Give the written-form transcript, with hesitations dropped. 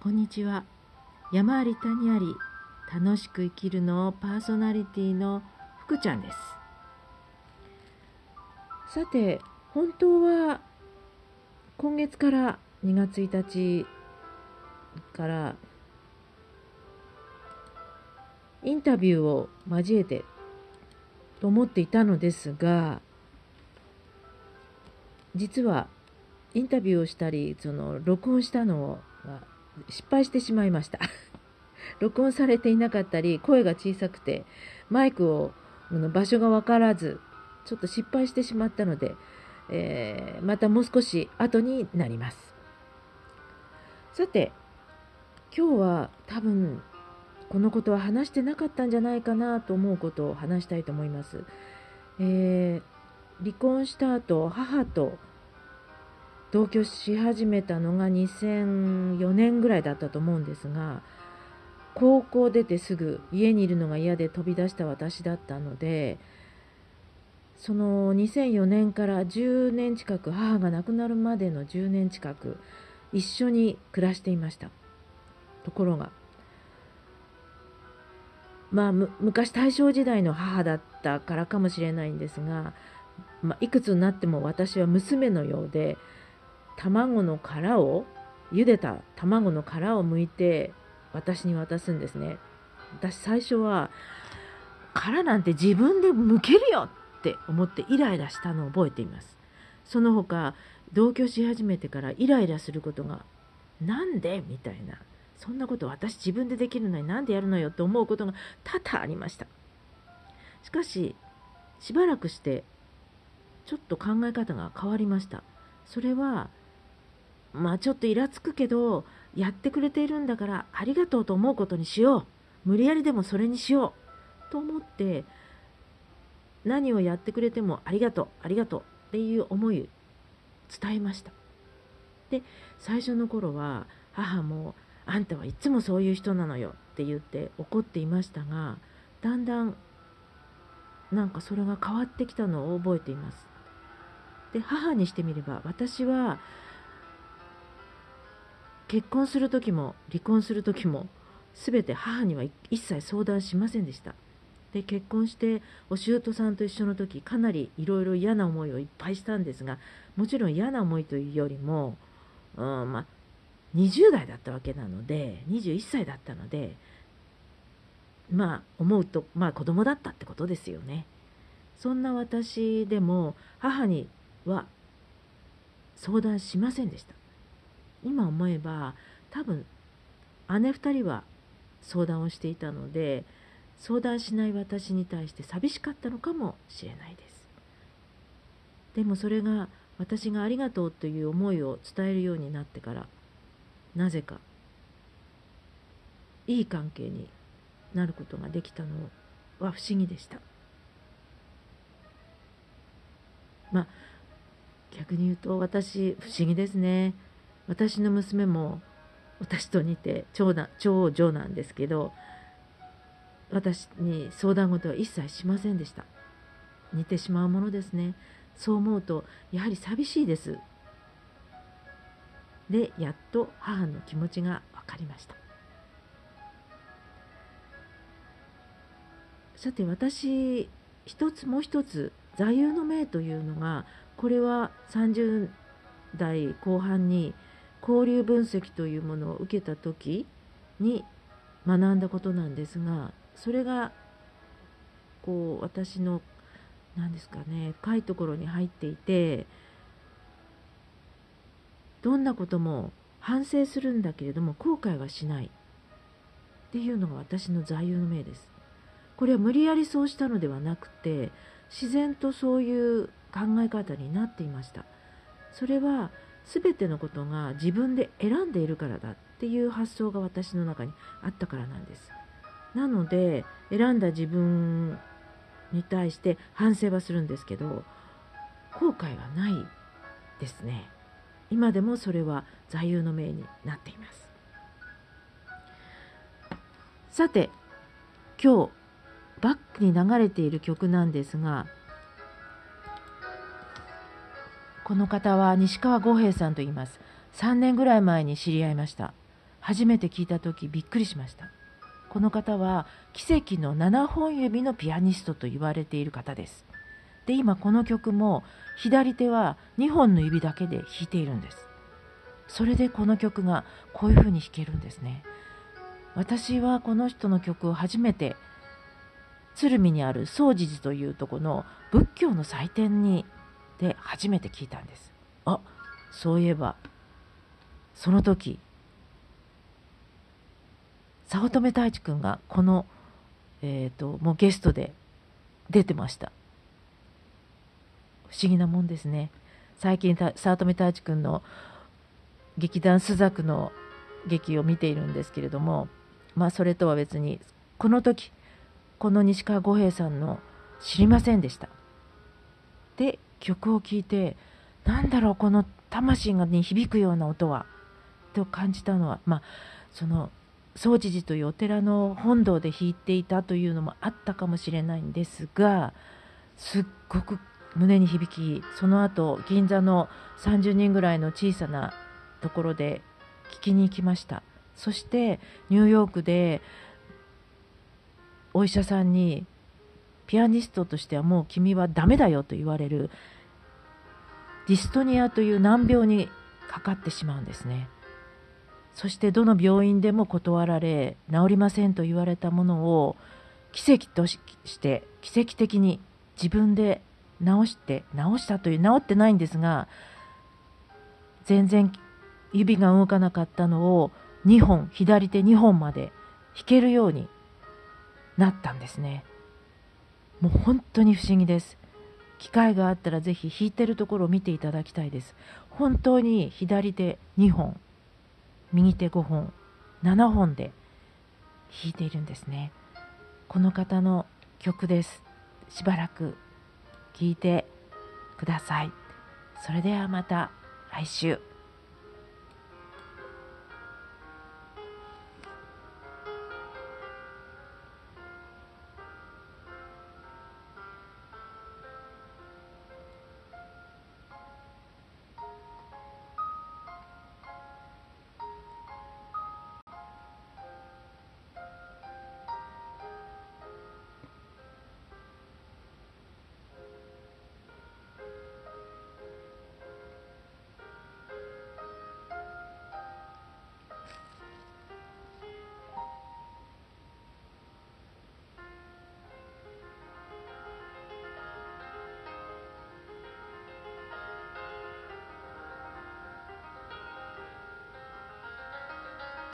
こんにちは。山あり谷あり楽しく生きるのパーソナリティの福ちゃんです。さて、本当は今月から2月1日からインタビューを交えてと思っていたのですが、実はインタビューをしたり録音したのは失敗してしまいました。録音されていなかったり、声が小さくてマイクを場所が分からずちょっと失敗してしまったので、またもう少し後になります。さて、今日は多分このことは話してなかったんじゃないかなと思うことを話したいと思います。離婚した後、母と同居し始めたのが2004年ぐらいだったと思うんですが、高校出てすぐ家にいるのが嫌で飛び出した私だったので、その2004年から10年近く、母が亡くなるまでの10年近く一緒に暮らしていました。ところが昔大正時代の母だったからかもしれないんですが、いくつになっても私は娘のようで、茹でた卵の殻を剥いて私に渡すんですね。私最初は殻なんて自分で剥けるよって思ってイライラしたのを覚えています。その他同居し始めてからイライラすることが、なんでみたいな、そんなこと私自分でできるのになんでやるのよって思うことが多々ありました。しかししばらくしてちょっと考え方が変わりました。それはちょっとイラつくけどやってくれているんだからありがとうと思うことにしよう、無理やりでもそれにしようと思って、何をやってくれてもありがとうありがとうっていう思いを伝えました。で、最初の頃は母もあんたはいつもそういう人なのよって言って怒っていましたが、だんだんそれが変わってきたのを覚えています。で、母にしてみれば、私は結婚する時も離婚する時も全て母には一切相談しませんでした。で、結婚してお舅さんと一緒の時、かなりいろいろ嫌な思いをいっぱいしたんですが、もちろん嫌な思いというよりも、20代だったわけなので、21歳だったので、思うと子供だったってことですよね。そんな私でも母には相談しませんでした。今思えば多分姉2人は相談をしていたので、相談しない私に対して寂しかったのかもしれないです。でもそれが私がありがとうという思いを伝えるようになってから、なぜかいい関係になることができたのは不思議でした。逆に言うと私不思議ですね。私の娘も私と似て長女なんですけど、私に相談事は一切しませんでした。似てしまうものですね。そう思うとやはり寂しいです。で、やっと母の気持ちが分かりました。さて、私もう一つ座右の銘というのが、これは30代後半に交流分析というものを受けた時に学んだことなんですが、それが私の何ですかね、深いところに入っていて、どんなことも反省するんだけれども後悔はしないっていうのが私の座右の銘です。これは無理やりそうしたのではなくて、自然とそういう考え方になっていました。それは全てのことが自分で選んでいるからだっていう発想が私の中にあったからなんです。なので選んだ自分に対して反省はするんですけど、後悔はないですね。今でもそれは座右の銘になっています。さて、今日バックに流れている曲なんですが、この方は西川剛平さんと言います。3年ぐらい前に知り合いました。 初めて聞いた時びっくりしました。この方は奇跡の7本指のピアニストと言われている方です。で、今この曲も左手は2本の指だけで弾いているんです。それでこの曲がこういうふうに弾けるんですね。私はこの人の曲を初めて鶴見にある總持寺というところの仏教の祭典で初めて聞いたんです。あ、そういえばその時早乙女太一くんがこの、もうゲストで出てました。不思議なもんですね。最近早乙女太一くんの劇団朱雀の劇を見ているんですけれども、それとは別にこの時この西川五平さんの知りませんでした。で、曲を聴いて、なんだろうこの魂に響くような音はと感じたのは、その総持寺というお寺の本堂で弾いていたというのもあったかもしれないんですが、すっごく胸に響き、その後銀座の30人ぐらいの小さなところで聞きに行きました。そしてニューヨークでお医者さんに、ピアニストとしてはもう君はダメだよと言われるディストニアという難病にかかってしまうんですね。そしてどの病院でも断られ、治りませんと言われたものを奇跡として奇跡的に自分で治したという、治ってないんですが、全然指が動かなかったのを左手2本まで弾けるようになったんですね。もう本当に不思議です。機会があったらぜひ弾いてるところを見ていただきたいです。本当に左手2本、右手5本、7本で弾いているんですね。この方の曲です。しばらく聴いてください。それではまた来週。